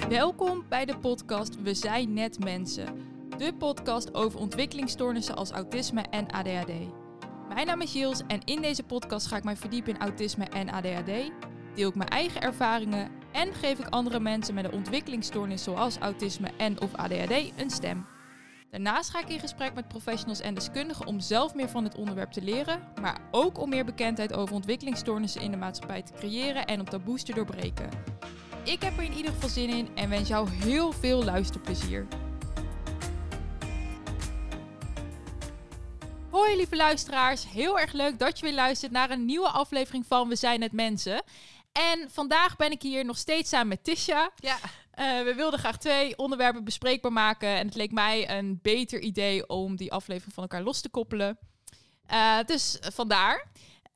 Welkom bij de podcast We zijn net mensen. De podcast over ontwikkelingsstoornissen als autisme en ADHD. Mijn naam is Jils en in deze podcast ga ik mij verdiepen in autisme en ADHD. Deel ik mijn eigen ervaringen en geef ik andere mensen met een ontwikkelingsstoornis zoals autisme en of ADHD een stem. Daarnaast ga ik in gesprek met professionals en deskundigen om zelf meer van het onderwerp te leren, maar ook om meer bekendheid over ontwikkelingsstoornissen in de maatschappij te creëren en om taboes te doorbreken. Ik heb er in ieder geval zin in en wens jou heel veel luisterplezier. Hoi lieve luisteraars, heel erg leuk dat je weer luistert naar een nieuwe aflevering van We zijn net mensen. En vandaag ben ik hier nog steeds samen met Tisha. Ja. We wilden graag 2 onderwerpen bespreekbaar maken en het leek mij een beter idee om die aflevering van elkaar los te koppelen. Dus vandaar.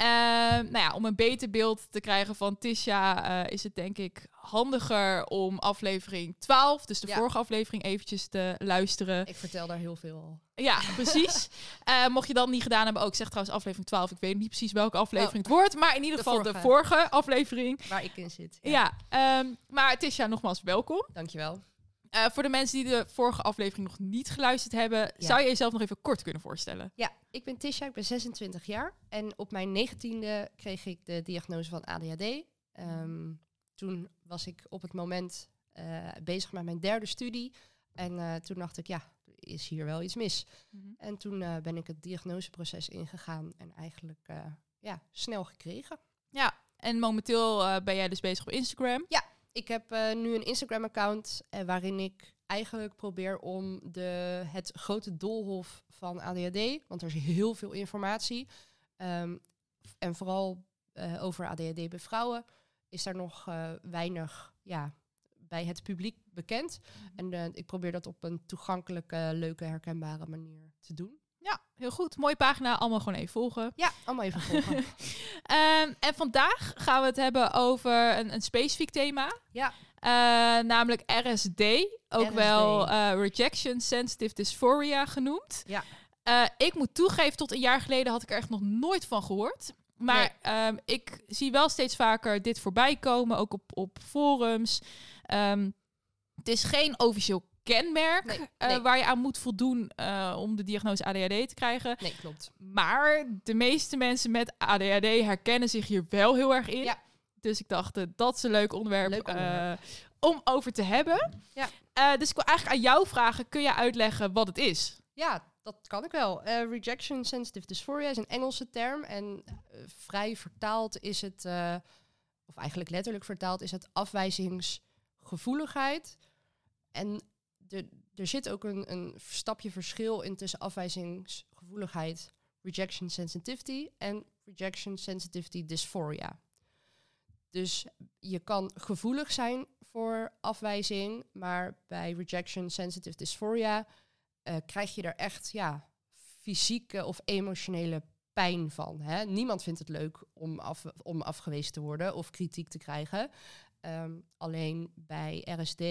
Om een beter beeld te krijgen van Tisha is het denk ik handiger om aflevering 12, dus de vorige aflevering, eventjes te luisteren. Ik vertel daar heel veel al. Ja, precies. Mocht je dat niet gedaan hebben, ik zeg trouwens aflevering 12, ik weet niet precies welke aflevering het wordt, maar in ieder geval de vorige aflevering. Waar ik in zit. Maar Tisha, nogmaals welkom. Dankjewel. Voor de mensen die de vorige aflevering nog niet geluisterd hebben, zou je jezelf nog even kort kunnen voorstellen? Ja, ik ben Tisha, ik ben 26 jaar. En op mijn 19e kreeg ik de diagnose van ADHD. Toen was ik op het moment bezig met mijn 3e studie. En toen dacht ik, is hier wel iets mis. Mm-hmm. En toen ben ik het diagnoseproces ingegaan en eigenlijk snel gekregen. Ja, en momenteel ben jij dus bezig op Instagram? Ja. Ik heb nu een Instagram-account waarin ik eigenlijk probeer om het grote doolhof van ADHD, want er is heel veel informatie, en vooral over ADHD bij vrouwen, is daar nog weinig bij het publiek bekend. En ik probeer dat op een toegankelijke, leuke, herkenbare manier te doen. Ja, heel goed. Mooie pagina. Allemaal gewoon even volgen. Ja, allemaal even volgen. En vandaag gaan we het hebben over een specifiek thema. Ja. Namelijk RSD. Ook wel Rejection Sensitive Dysphoria genoemd. Ja. Ik moet toegeven, tot een jaar geleden had ik er echt nog nooit van gehoord. Maar ik zie wel steeds vaker dit voorbij komen. Ook op forums. Het is geen officieel kenmerk waar je aan moet voldoen om de diagnose ADHD te krijgen. Nee, klopt. Maar de meeste mensen met ADHD herkennen zich hier wel heel erg in. Ja. Dus ik dacht, dat is een leuk onderwerp om over te hebben. Ja. Dus ik wil eigenlijk aan jou vragen, kun je uitleggen wat het is? Ja, dat kan ik wel. Rejection Sensitive Dysphoria is een Engelse term. En vrij vertaald is het, of eigenlijk letterlijk vertaald, is het afwijzingsgevoeligheid. En er zit ook een stapje verschil in tussen afwijzingsgevoeligheid, rejection sensitivity en rejection sensitivity dysphoria. Dus je kan gevoelig zijn voor afwijzing, maar bij rejection sensitive dysphoria krijg je er echt fysieke of emotionele pijn van. Hè? Niemand vindt het leuk om afgewezen te worden of kritiek te krijgen. Alleen bij RSD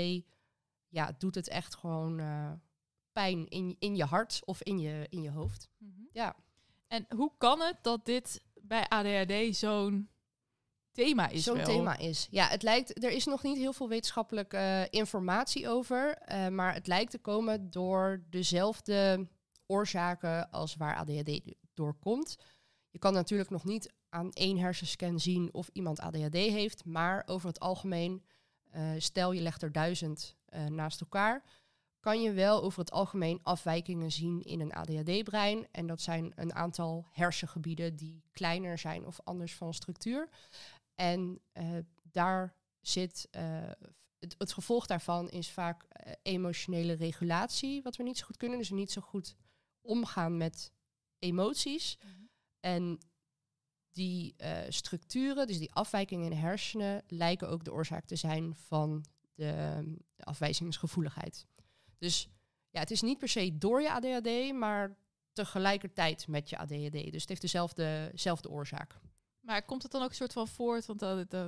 doet het echt gewoon pijn in je hart of in je hoofd. Mm-hmm. Ja. En hoe kan het dat dit bij ADHD zo'n thema is? Thema is. Ja, het lijkt, er is nog niet heel veel wetenschappelijke informatie over, maar het lijkt te komen door dezelfde oorzaken als waar ADHD door komt. Je kan natuurlijk nog niet aan 1 hersenscan zien of iemand ADHD heeft, maar over het algemeen, stel je legt er 1000 naast elkaar, kan je wel over het algemeen afwijkingen zien in een ADHD-brein. En dat zijn een aantal hersengebieden die kleiner zijn of anders van structuur. En daar zit, het gevolg daarvan is vaak emotionele regulatie, wat we niet zo goed kunnen. Dus niet zo goed omgaan met emoties. Mm-hmm. En die structuren, dus die afwijkingen in de hersenen, lijken ook de oorzaak te zijn van de afwijzingsgevoeligheid. Dus het is niet per se door je ADHD, maar tegelijkertijd met je ADHD. Dus het heeft dezelfde oorzaak. Maar komt het dan ook een soort van voort? Want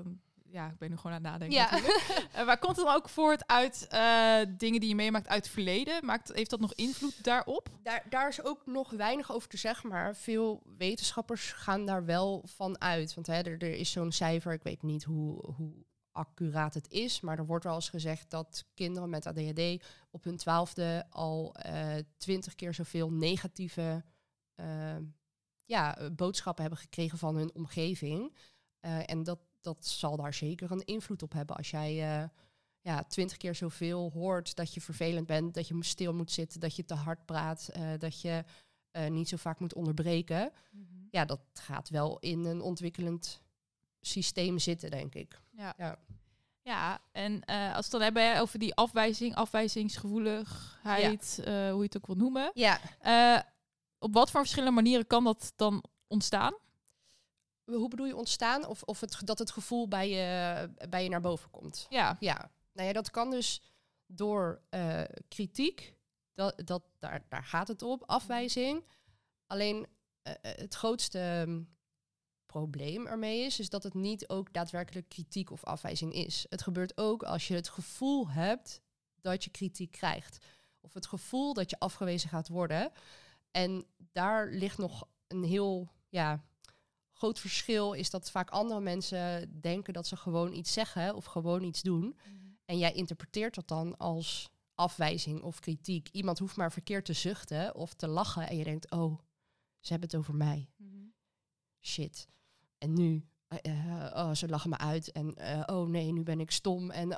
ik ben nu gewoon aan het nadenken. Ja. Maar komt het dan ook voort uit dingen die je meemaakt uit het verleden? Heeft dat nog invloed daarop? Daar is ook nog weinig over te zeggen, maar veel wetenschappers gaan daar wel van uit. Want er is zo'n cijfer, ik weet niet hoe accuraat het is. Maar er wordt wel eens gezegd dat kinderen met ADHD op hun 12e al 20 keer zoveel negatieve boodschappen hebben gekregen van hun omgeving. En dat zal daar zeker een invloed op hebben. Als jij 20 keer zoveel hoort dat je vervelend bent, dat je stil moet zitten, dat je te hard praat, dat je niet zo vaak moet onderbreken. Mm-hmm. Ja, dat gaat wel in een ontwikkelend systeem zitten, denk ik. Ja, en als we het dan hebben over die afwijzingsgevoeligheid, hoe je het ook wil noemen. Ja. Op wat voor verschillende manieren kan dat dan ontstaan? Hoe bedoel je ontstaan? Of dat het gevoel bij je naar boven komt? Ja. Nou ja, dat kan dus door kritiek. Daar gaat het op. Afwijzing. Alleen het grootste probleem ermee is dat het niet ook daadwerkelijk kritiek of afwijzing is. Het gebeurt ook als je het gevoel hebt dat je kritiek krijgt. Of het gevoel dat je afgewezen gaat worden. En daar ligt nog een heel groot verschil. Is dat vaak andere mensen denken dat ze gewoon iets zeggen of gewoon iets doen. Mm-hmm. En jij interpreteert dat dan als afwijzing of kritiek. Iemand hoeft maar verkeerd te zuchten of te lachen. En je denkt, oh, ze hebben het over mij. Mm-hmm. Shit. En nu, ze lachen me uit. En oh nee, nu ben ik stom. En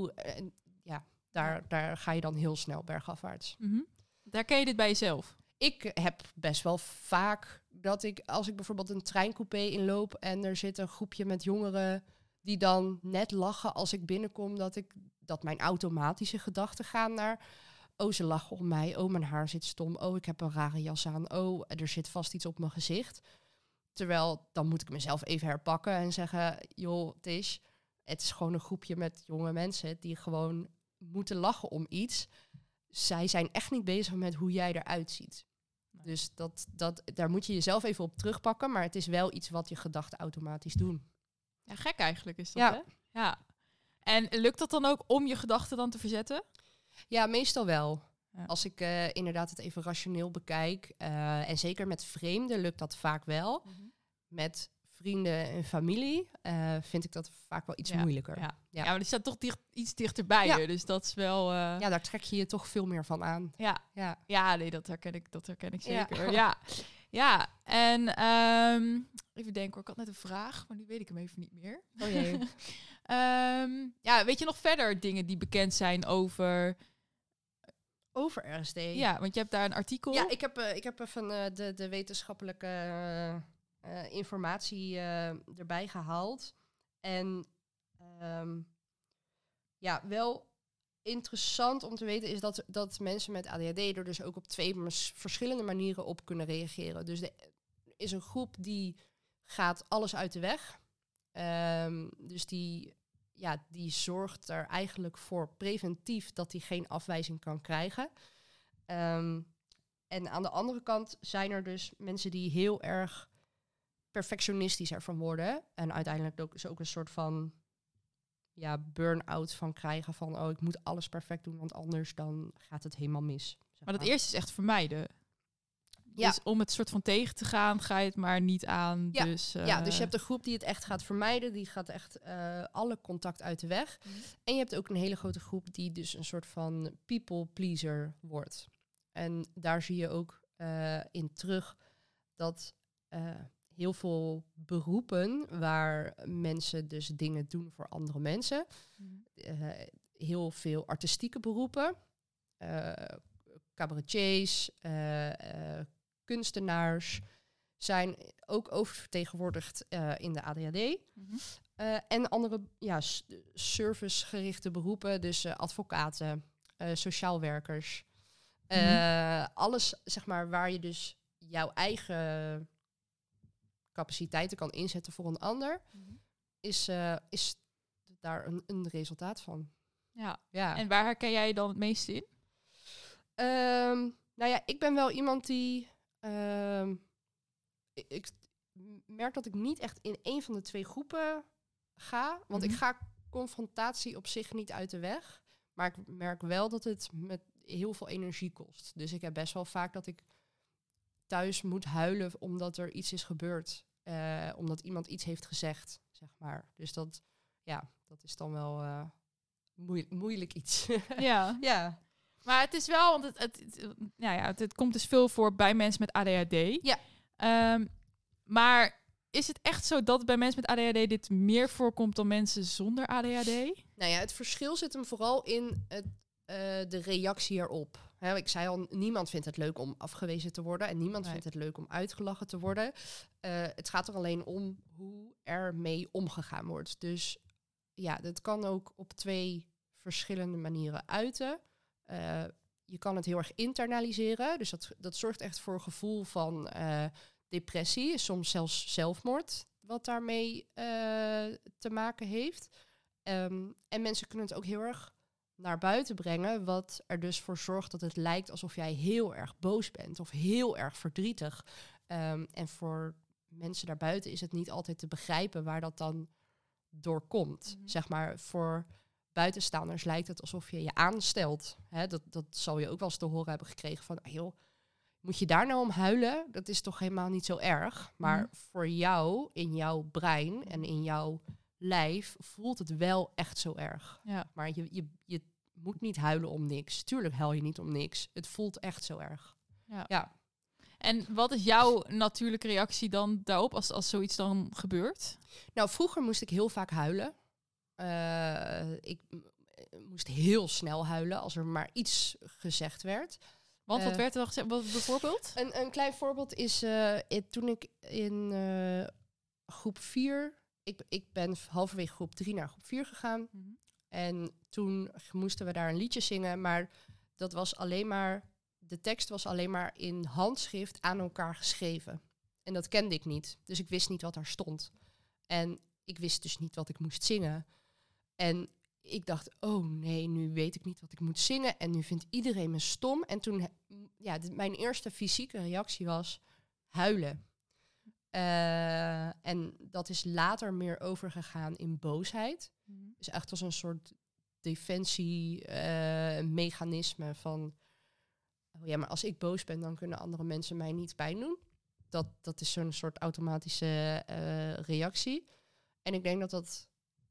daar ga je dan heel snel bergafwaarts. Mm-hmm. Daar ken je dit bij jezelf? Ik heb best wel vaak dat als ik bijvoorbeeld een treincoupé inloop en er zit een groepje met jongeren die dan net lachen als ik binnenkom, dat mijn automatische gedachten gaan naar, oh, ze lachen om mij, oh, mijn haar zit stom, oh, ik heb een rare jas aan, oh, er zit vast iets op mijn gezicht. Terwijl, dan moet ik mezelf even herpakken en zeggen, joh, Tish, het is gewoon een groepje met jonge mensen die gewoon moeten lachen om iets. Zij zijn echt niet bezig met hoe jij eruit ziet. Nee. Dus daar moet je jezelf even op terugpakken, maar het is wel iets wat je gedachten automatisch doen. Ja, gek eigenlijk is dat, hè? Ja. En lukt dat dan ook om je gedachten dan te verzetten? Ja, meestal wel. Ja. Als ik inderdaad het even rationeel bekijk, en zeker met vreemden lukt dat vaak wel. Mm-hmm. Met vrienden en familie vind ik dat vaak wel iets moeilijker. Ja, maar die staat toch iets dichterbij je, dus dat is wel... Ja, daar trek je je toch veel meer van aan. Ja, nee, dat herken ik zeker. Ja. En even denken hoor, ik had net een vraag, maar nu weet ik hem even niet meer. Oh jee. Weet je nog verder dingen die bekend zijn over RSD? Ja, want je hebt daar een artikel. Ja, ik heb even de wetenschappelijke informatie erbij gehaald. En wel interessant om te weten is dat mensen met ADHD er dus ook op 2 verschillende manieren op kunnen reageren. Dus er is een groep die gaat alles uit de weg. Dus die zorgt er eigenlijk voor preventief dat hij geen afwijzing kan krijgen. En aan de andere kant zijn er dus mensen die heel erg perfectionistisch ervan worden. En uiteindelijk ook een soort van burn-out van krijgen. Van, oh, ik moet alles perfect doen, want anders dan gaat het helemaal mis. Maar dat eerste is echt vermijden. Ja. Dus om het soort van tegen te gaan, ga je het maar niet aan. Ja, dus je hebt een groep die het echt gaat vermijden. Die gaat echt alle contact uit de weg. Mm. En je hebt ook een hele grote groep die dus een soort van people pleaser wordt. En daar zie je ook in terug dat heel veel beroepen waar mensen dus dingen doen voor andere mensen. Mm. Heel veel artistieke beroepen. Cabaretiers, kunstenaars zijn ook oververtegenwoordigd in de ADHD. Mm-hmm. En andere servicegerichte beroepen, dus advocaten, sociaal werkers. Alles, zeg maar, waar je dus jouw eigen capaciteiten kan inzetten voor een ander, is daar een resultaat van. Ja. En waar herken jij je dan het meest in? Ik ben wel iemand die... Ik merk dat ik niet echt in een van de 2 groepen ga. Want ik ga confrontatie op zich niet uit de weg. Maar ik merk wel dat het met heel veel energie kost. Dus ik heb best wel vaak dat ik thuis moet huilen omdat er iets is gebeurd. Omdat iemand iets heeft gezegd, zeg maar. Dus ja, dat is dan wel moeilijk iets. Ja. Ja. Maar het is wel, want het komt dus veel voor bij mensen met ADHD. Ja. Maar is het echt zo dat bij mensen met ADHD dit meer voorkomt dan mensen zonder ADHD? Nou ja, het verschil zit hem vooral in de reactie erop. Hè, ik zei al, niemand vindt het leuk om afgewezen te worden en niemand vindt het leuk om uitgelachen te worden. Het gaat er alleen om hoe er mee omgegaan wordt. Dus ja, dat kan ook op 2 verschillende manieren uiten. Je kan het heel erg internaliseren. Dus dat zorgt echt voor een gevoel van depressie. Soms zelfs zelfmoord, wat daarmee te maken heeft. En mensen kunnen het ook heel erg naar buiten brengen. Wat er dus voor zorgt dat het lijkt alsof jij heel erg boos bent. Of heel erg verdrietig. En voor mensen daarbuiten is het niet altijd te begrijpen waar dat dan door komt. Mm-hmm. Zeg maar, voor buitenstaanders lijkt het alsof je je aanstelt. Hè, dat zal je ook wel eens te horen hebben gekregen van, joh, moet je daar nou om huilen? Dat is toch helemaal niet zo erg. Maar voor jou, in jouw brein en in jouw lijf, voelt het wel echt zo erg. Ja. Maar je moet niet huilen om niks. Tuurlijk huil je niet om niks. Het voelt echt zo erg. Ja. En wat is jouw natuurlijke reactie dan daarop als zoiets dan gebeurt? Nou, vroeger moest ik heel vaak huilen. Ik moest heel snel huilen als er maar iets gezegd werd. Want wat werd er dan gezegd? Wat bijvoorbeeld? Een klein voorbeeld is toen ik in groep 4... Ik ben halverwege groep 3 naar groep 4 gegaan. Mm-hmm. En toen moesten we daar een liedje zingen. Maar dat was alleen maar... De tekst was alleen maar in handschrift aan elkaar geschreven. En dat kende ik niet. Dus ik wist niet wat daar stond. En ik wist dus niet wat ik moest zingen. En ik dacht, oh nee, nu weet ik niet wat ik moet zingen. En nu vindt iedereen me stom. En toen, mijn eerste fysieke reactie was huilen. En dat is later meer overgegaan in boosheid. Mm-hmm. Dus echt als een soort defensie-mechanisme van... Oh ja, maar als ik boos ben, dan kunnen andere mensen mij niet pijn doen. Dat is zo'n soort automatische reactie. En ik denk dat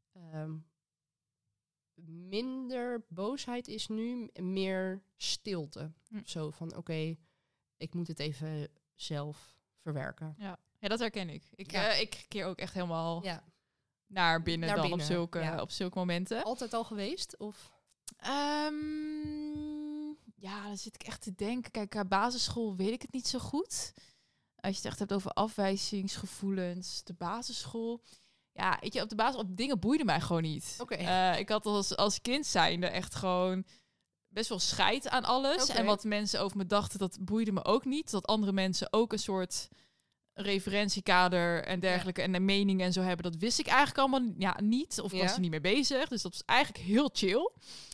minder boosheid is nu, meer stilte. Zo van, oké, ik moet het even zelf verwerken. Ja, dat herken ik. Ik keer ook echt helemaal naar binnen op zulke momenten. Altijd al geweest? Of? Ja, dan zit ik echt te denken. Kijk, qua basisschool weet ik het niet zo goed. Als je het echt hebt over afwijzingsgevoelens, de basisschool. Ja, weet je, op de basisschool, dingen boeiden mij gewoon niet. Okay. Ik had als kind zijnde echt gewoon best wel scheid aan alles. Okay. En wat mensen over me dachten, dat boeide me ook niet. Dat andere mensen ook een soort referentiekader en dergelijke en de meningen en zo hebben, dat wist ik eigenlijk allemaal niet. Of was er niet mee bezig. Dus dat was eigenlijk heel chill.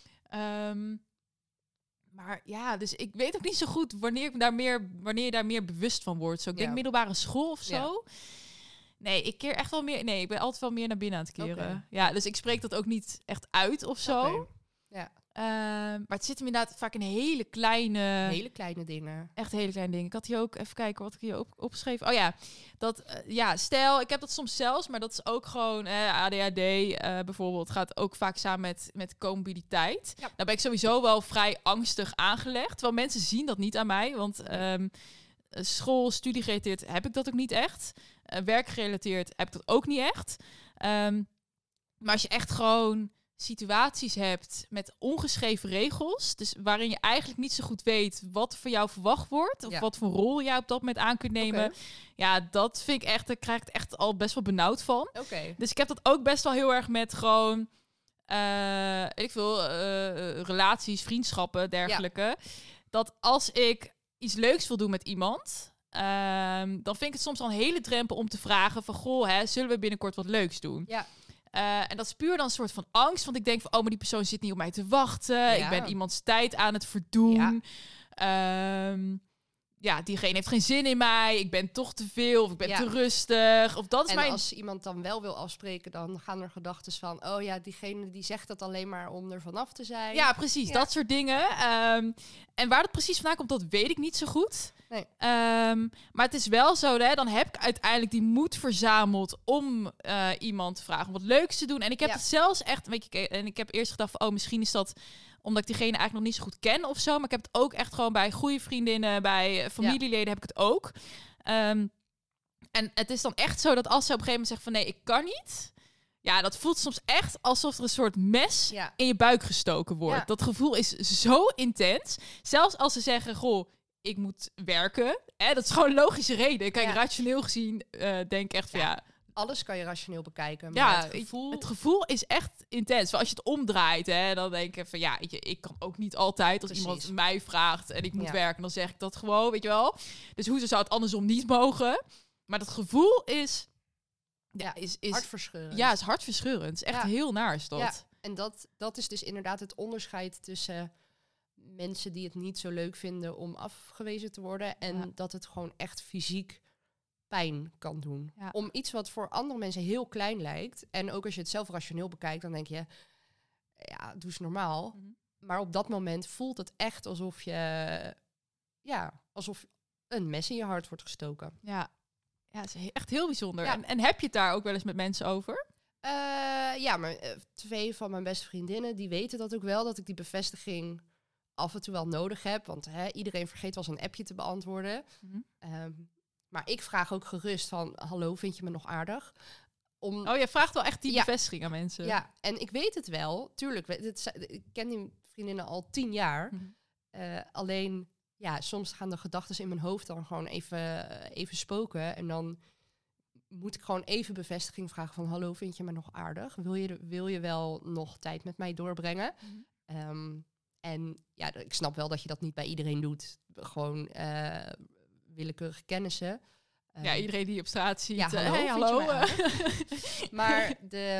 Maar ja, dus ik weet ook niet zo goed wanneer je daar meer bewust van wordt. Zo, ik denk middelbare school of zo. Ja. Nee, ik keer echt wel meer. Nee, ik ben altijd wel meer naar binnen aan het keren. Okay. Ja, dus ik spreek dat ook niet echt uit of zo. Okay. Ja. Maar het zit hem inderdaad vaak in hele kleine dingen. Echt hele kleine dingen. Ik had hier ook even kijken wat ik hier opgeschreven. Oh ja, stel, ik heb dat soms zelfs, maar dat is ook gewoon ADHD bijvoorbeeld. Gaat ook vaak samen met comorbiditeit. Ja. Daar ben ik sowieso wel vrij angstig aangelegd. Terwijl mensen zien dat niet aan mij, want school, studiegerelateerd heb ik dat ook niet echt. Werkgerelateerd heb ik dat ook niet echt. Maar als je echt gewoon situaties hebt met ongeschreven regels, dus waarin je eigenlijk niet zo goed weet wat voor jou verwacht wordt, of wat voor rol jij op dat moment aan kunt nemen. Okay. Ja, dat vind ik echt, daar krijg ik het echt al best wel benauwd van. Okay. Dus ik heb dat ook best wel heel erg met gewoon, relaties, vriendschappen, dergelijke. Ja. Dat als ik iets leuks wil doen met iemand, dan vind ik het soms al een hele drempel om te vragen van, goh, zullen we binnenkort wat leuks doen? Ja. En dat is puur dan een soort van angst. Want ik denk van, maar die persoon zit niet op mij te wachten. Ja. Ik ben iemands tijd aan het verdoen. Ja. diegene heeft geen zin in mij. Ik ben toch te veel. Of ik ben Ja. te rustig. Of dat is En mijn... als iemand dan wel wil afspreken, dan gaan er gedachten van... oh ja, diegene die zegt dat alleen maar om er vanaf te zijn. Ja, precies. Ja. Dat soort dingen. En waar dat precies vandaan komt, dat weet ik niet zo goed. Nee. Maar het is wel zo, hè, dan heb ik uiteindelijk die moed verzameld om iemand te vragen om wat leuks te doen. En ik heb het zelfs echt, weet je, en ik heb eerst gedacht van, oh, misschien is dat omdat ik diegene eigenlijk nog niet zo goed ken of zo. Maar ik heb het ook echt gewoon bij goede vriendinnen, bij familieleden heb ik het ook. En het is dan echt zo dat als ze op een gegeven moment zeggen van, nee, ik kan niet. Ja, dat voelt soms echt alsof er een soort mes in je buik gestoken wordt. Ja. Dat gevoel is zo intens. Zelfs als ze zeggen, goh, ik moet werken. Dat is gewoon een logische reden. Kijk, rationeel gezien denk ik echt van alles kan je rationeel bekijken. Maar het gevoel is echt intens. Als je het omdraait, hè, dan denk ik van ik kan ook niet altijd als iemand mij vraagt en ik moet werken, dan zeg ik dat gewoon, weet je wel. Dus hoe zou het andersom niet mogen? Maar dat gevoel is hartverscheurend. Ja, is hartverscheurend. Het is echt heel naar is dat. Ja, en dat is dus inderdaad het onderscheid tussen mensen die het niet zo leuk vinden om afgewezen te worden en dat het gewoon echt fysiek pijn kan doen. Ja. Om iets wat voor andere mensen heel klein lijkt, en ook als je het zelf rationeel bekijkt, dan denk je, ja, doe eens normaal. Mm-hmm. Maar op dat moment voelt het echt alsof alsof een mes in je hart wordt gestoken. Ja, het is echt heel bijzonder. Ja. En heb je het daar ook wel eens met mensen over? Maar 2 van mijn beste vriendinnen, die weten dat ook wel, dat ik die bevestiging af en toe wel nodig heb. Want iedereen vergeet wel eens een appje te beantwoorden. Mm-hmm. Maar ik vraag ook gerust van, hallo, vind je me nog aardig? Je vraagt wel echt die bevestiging aan mensen. Ja, en ik weet het wel. Tuurlijk, ik ken die vriendinnen al 10 jaar. Mm-hmm. Alleen, soms gaan de gedachten in mijn hoofd dan gewoon even spoken. En dan moet ik gewoon even bevestiging vragen van, hallo, vind je me nog aardig? Wil je wel nog tijd met mij doorbrengen? Mm-hmm. En ik snap wel dat je dat niet bij iedereen doet. Gewoon willekeurige kennissen. Iedereen die je op straat ziet. Hallo. Maar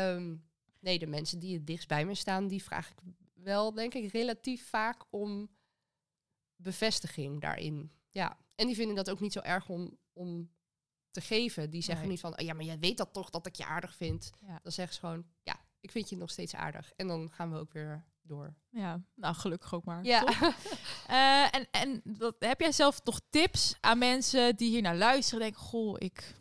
de mensen die het dichtst bij me staan, die vraag ik wel, denk ik, relatief vaak om bevestiging daarin. Ja. En die vinden dat ook niet zo erg om te geven. Die zeggen niet van, maar jij weet dat toch dat ik je aardig vind. Ja. Dan zeggen ze gewoon, ik vind je nog steeds aardig. En dan gaan we ook weer door. Ja, nou gelukkig ook maar. Ja. En heb jij zelf nog tips aan mensen die hier naar luisteren? Denken, goh, ik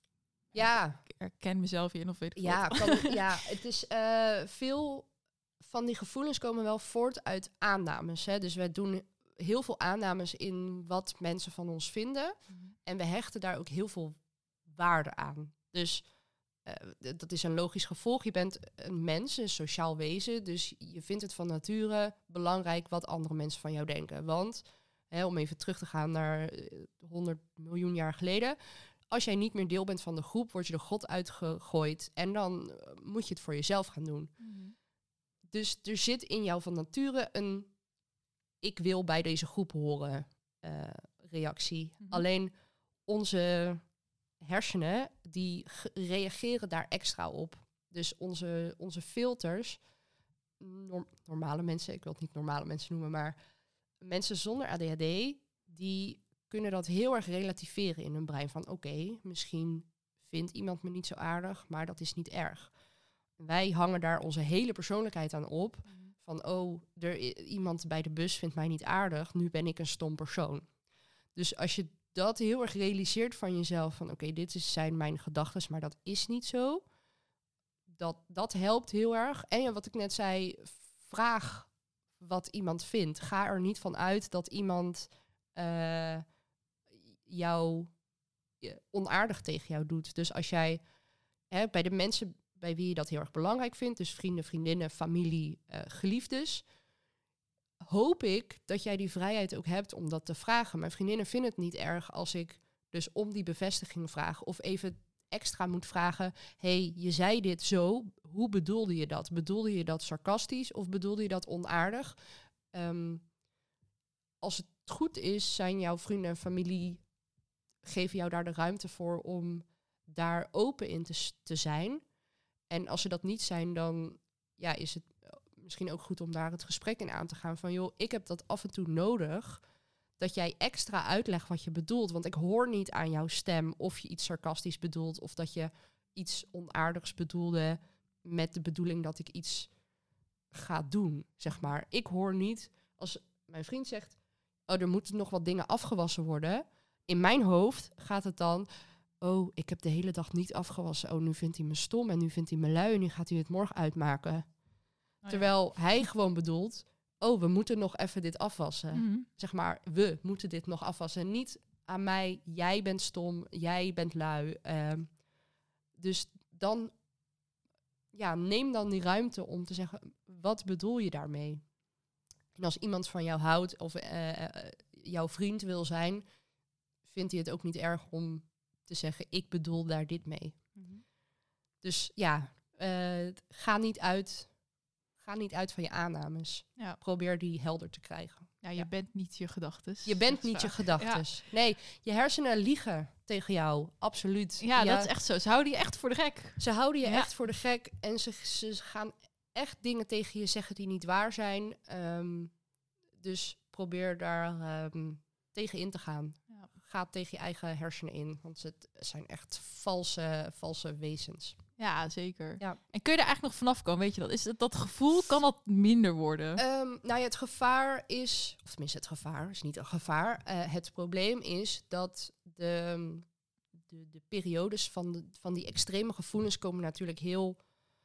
herken mezelf in of weet ik wat. Het is veel van die gevoelens komen wel voort uit aannames. Hè? Dus wij doen heel veel aannames in wat mensen van ons vinden. Mm-hmm. En we hechten daar ook heel veel waarde aan. Dus dat is een logisch gevolg. Je bent een mens, een sociaal wezen. Dus je vindt het van nature belangrijk wat andere mensen van jou denken. Want, om even terug te gaan naar 100 miljoen jaar geleden. Als jij niet meer deel bent van de groep, word je de God uitgegooid. En dan moet je het voor jezelf gaan doen. Mm-hmm. Dus er zit in jou van nature een ik wil bij deze groep horen reactie. Mm-hmm. Alleen onze hersenen, die reageren daar extra op. Dus onze filters, normale mensen, ik wil het niet normale mensen noemen, maar mensen zonder ADHD, die kunnen dat heel erg relativeren in hun brein. Van oké, misschien vindt iemand me niet zo aardig, maar dat is niet erg. Wij hangen daar onze hele persoonlijkheid aan op. Van iemand bij de bus vindt mij niet aardig, nu ben ik een stom persoon. Dus als je dat heel erg realiseert van jezelf, van oké, dit zijn mijn gedachten, maar dat is niet zo. Dat helpt heel erg. En wat ik net zei, vraag wat iemand vindt. Ga er niet van uit dat iemand jou onaardig tegen jou doet. Dus als jij bij de mensen bij wie je dat heel erg belangrijk vindt, dus vrienden, vriendinnen, familie, geliefdes, hoop ik dat jij die vrijheid ook hebt om dat te vragen. Mijn vriendinnen vinden het niet erg als ik dus om die bevestiging vraag of even extra moet vragen, hey, je zei dit zo, hoe bedoelde je dat? Bedoelde je dat sarcastisch of bedoelde je dat onaardig? Als het goed is, zijn jouw vrienden en familie, geven jou daar de ruimte voor om daar open in te zijn. En als ze dat niet zijn, dan is het misschien ook goed om daar het gesprek in aan te gaan van, joh, ik heb dat af en toe nodig, dat jij extra uitlegt wat je bedoelt. Want ik hoor niet aan jouw stem of je iets sarcastisch bedoelt of dat je iets onaardigs bedoelde met de bedoeling dat ik iets ga doen, zeg maar. Ik hoor niet, als mijn vriend zegt, er moeten nog wat dingen afgewassen worden. In mijn hoofd gaat het dan, ik heb de hele dag niet afgewassen. Nu vindt hij me stom en nu vindt hij me lui en nu gaat hij het morgen uitmaken. Terwijl hij gewoon bedoelt, we moeten nog even dit afwassen. Mm-hmm. Zeg maar, we moeten dit nog afwassen. Niet aan mij, jij bent stom, jij bent lui. Dus dan, neem dan die ruimte om te zeggen, wat bedoel je daarmee? En als iemand van jou houdt of jouw vriend wil zijn, vindt hij het ook niet erg om te zeggen, ik bedoel daar dit mee. Mm-hmm. Dus ga niet uit van je aannames. Ja. Probeer die helder te krijgen. Ja, je bent niet je gedachtes. Je bent niet je gedachtes. Ja. Nee, je hersenen liegen tegen jou. Absoluut. Ja, dat is echt zo. Ze houden je echt voor de gek. Ze houden je echt voor de gek. En ze gaan echt dingen tegen je zeggen die niet waar zijn. Dus probeer daar tegen in te gaan. Ja. Ga tegen je eigen hersenen in. Want het zijn echt valse wezens. Ja, zeker. Ja. En kun je er eigenlijk nog vanaf komen? Weet je dat? Is dat gevoel, kan dat minder worden? Het gevaar is... Of tenminste, het gevaar is niet een gevaar. Het probleem is dat de periodes van die extreme gevoelens komen natuurlijk heel...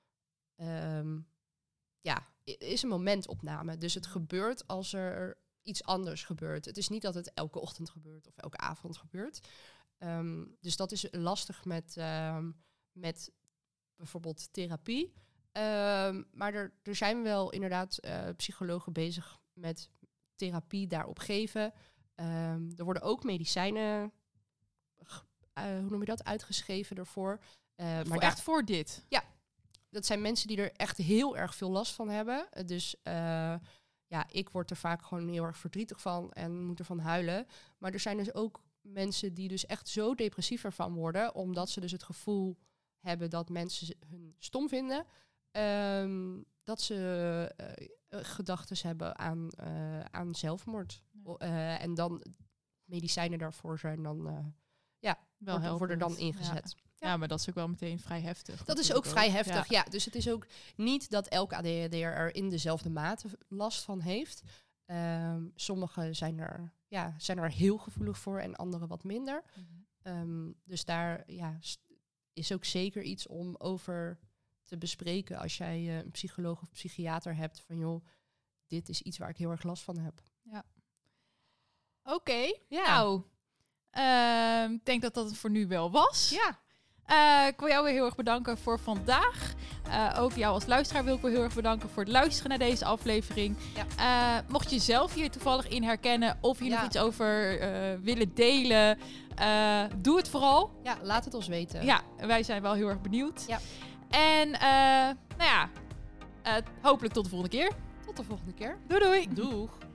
is een momentopname. Dus het gebeurt als er iets anders gebeurt. Het is niet dat het elke ochtend gebeurt of elke avond gebeurt. Dus dat is lastig met bijvoorbeeld therapie. Maar er zijn wel inderdaad psychologen bezig met therapie daarop geven. Er worden ook medicijnen, hoe noem je dat, uitgeschreven ervoor. Voor dit? Ja, dat zijn mensen die er echt heel erg veel last van hebben. Dus ik word er vaak gewoon heel erg verdrietig van en moet ervan huilen. Maar er zijn dus ook mensen die dus echt zo depressief ervan worden, omdat ze dus het gevoel hebben dat mensen hun stom vinden. Dat ze gedachten hebben aan zelfmoord. Ja. En dan medicijnen daarvoor zijn dan worden dan ingezet. Ja, maar dat is ook wel meteen vrij heftig. Dat is ook vrij heftig, ja. Dus het is ook niet dat elke ADHD'er er in dezelfde mate last van heeft. Sommigen zijn er heel gevoelig voor en anderen wat minder. Mm-hmm. Dus daar is ook zeker iets om over te bespreken als jij een psycholoog of psychiater hebt van joh, dit is iets waar ik heel erg last van heb. Ja. Oké. Nou, ik denk dat het voor nu wel was. Ja. Ik wil jou weer heel erg bedanken voor vandaag. Ook jou als luisteraar wil ik wel heel erg bedanken voor het luisteren naar deze aflevering. Ja. Mocht je zelf hier toevallig in herkennen of hier nog iets over willen delen, doe het vooral. Ja, laat het ons weten. Ja, wij zijn wel heel erg benieuwd. Ja. En hopelijk tot de volgende keer. Tot de volgende keer. Doei doei. Doeg.